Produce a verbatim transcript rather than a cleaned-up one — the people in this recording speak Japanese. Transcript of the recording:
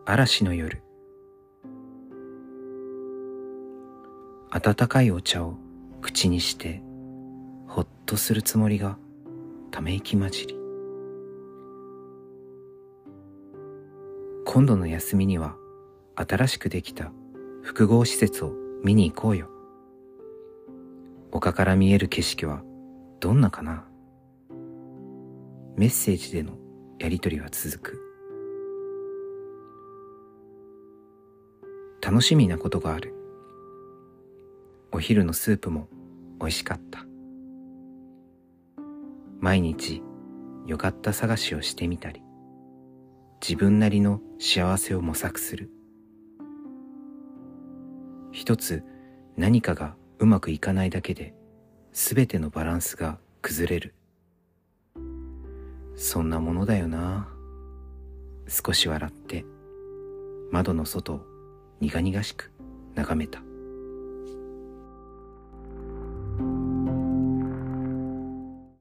嵐の夜。温かいお茶を口にしてほっとするつもりがため息混じり。今度の休みには新しくできた複合施設を見に行こうよ。丘から見える景色はどんなかな。メッセージでのやりとりは続く。楽しみなことがある。お昼のスープも美味しかった。毎日よかった探しをしてみたり、自分なりの幸せを模索する。一つ何かがうまくいかないだけで、すべてのバランスが崩れる。そんなものだよな。少し笑って窓の外を苦々しく眺めた。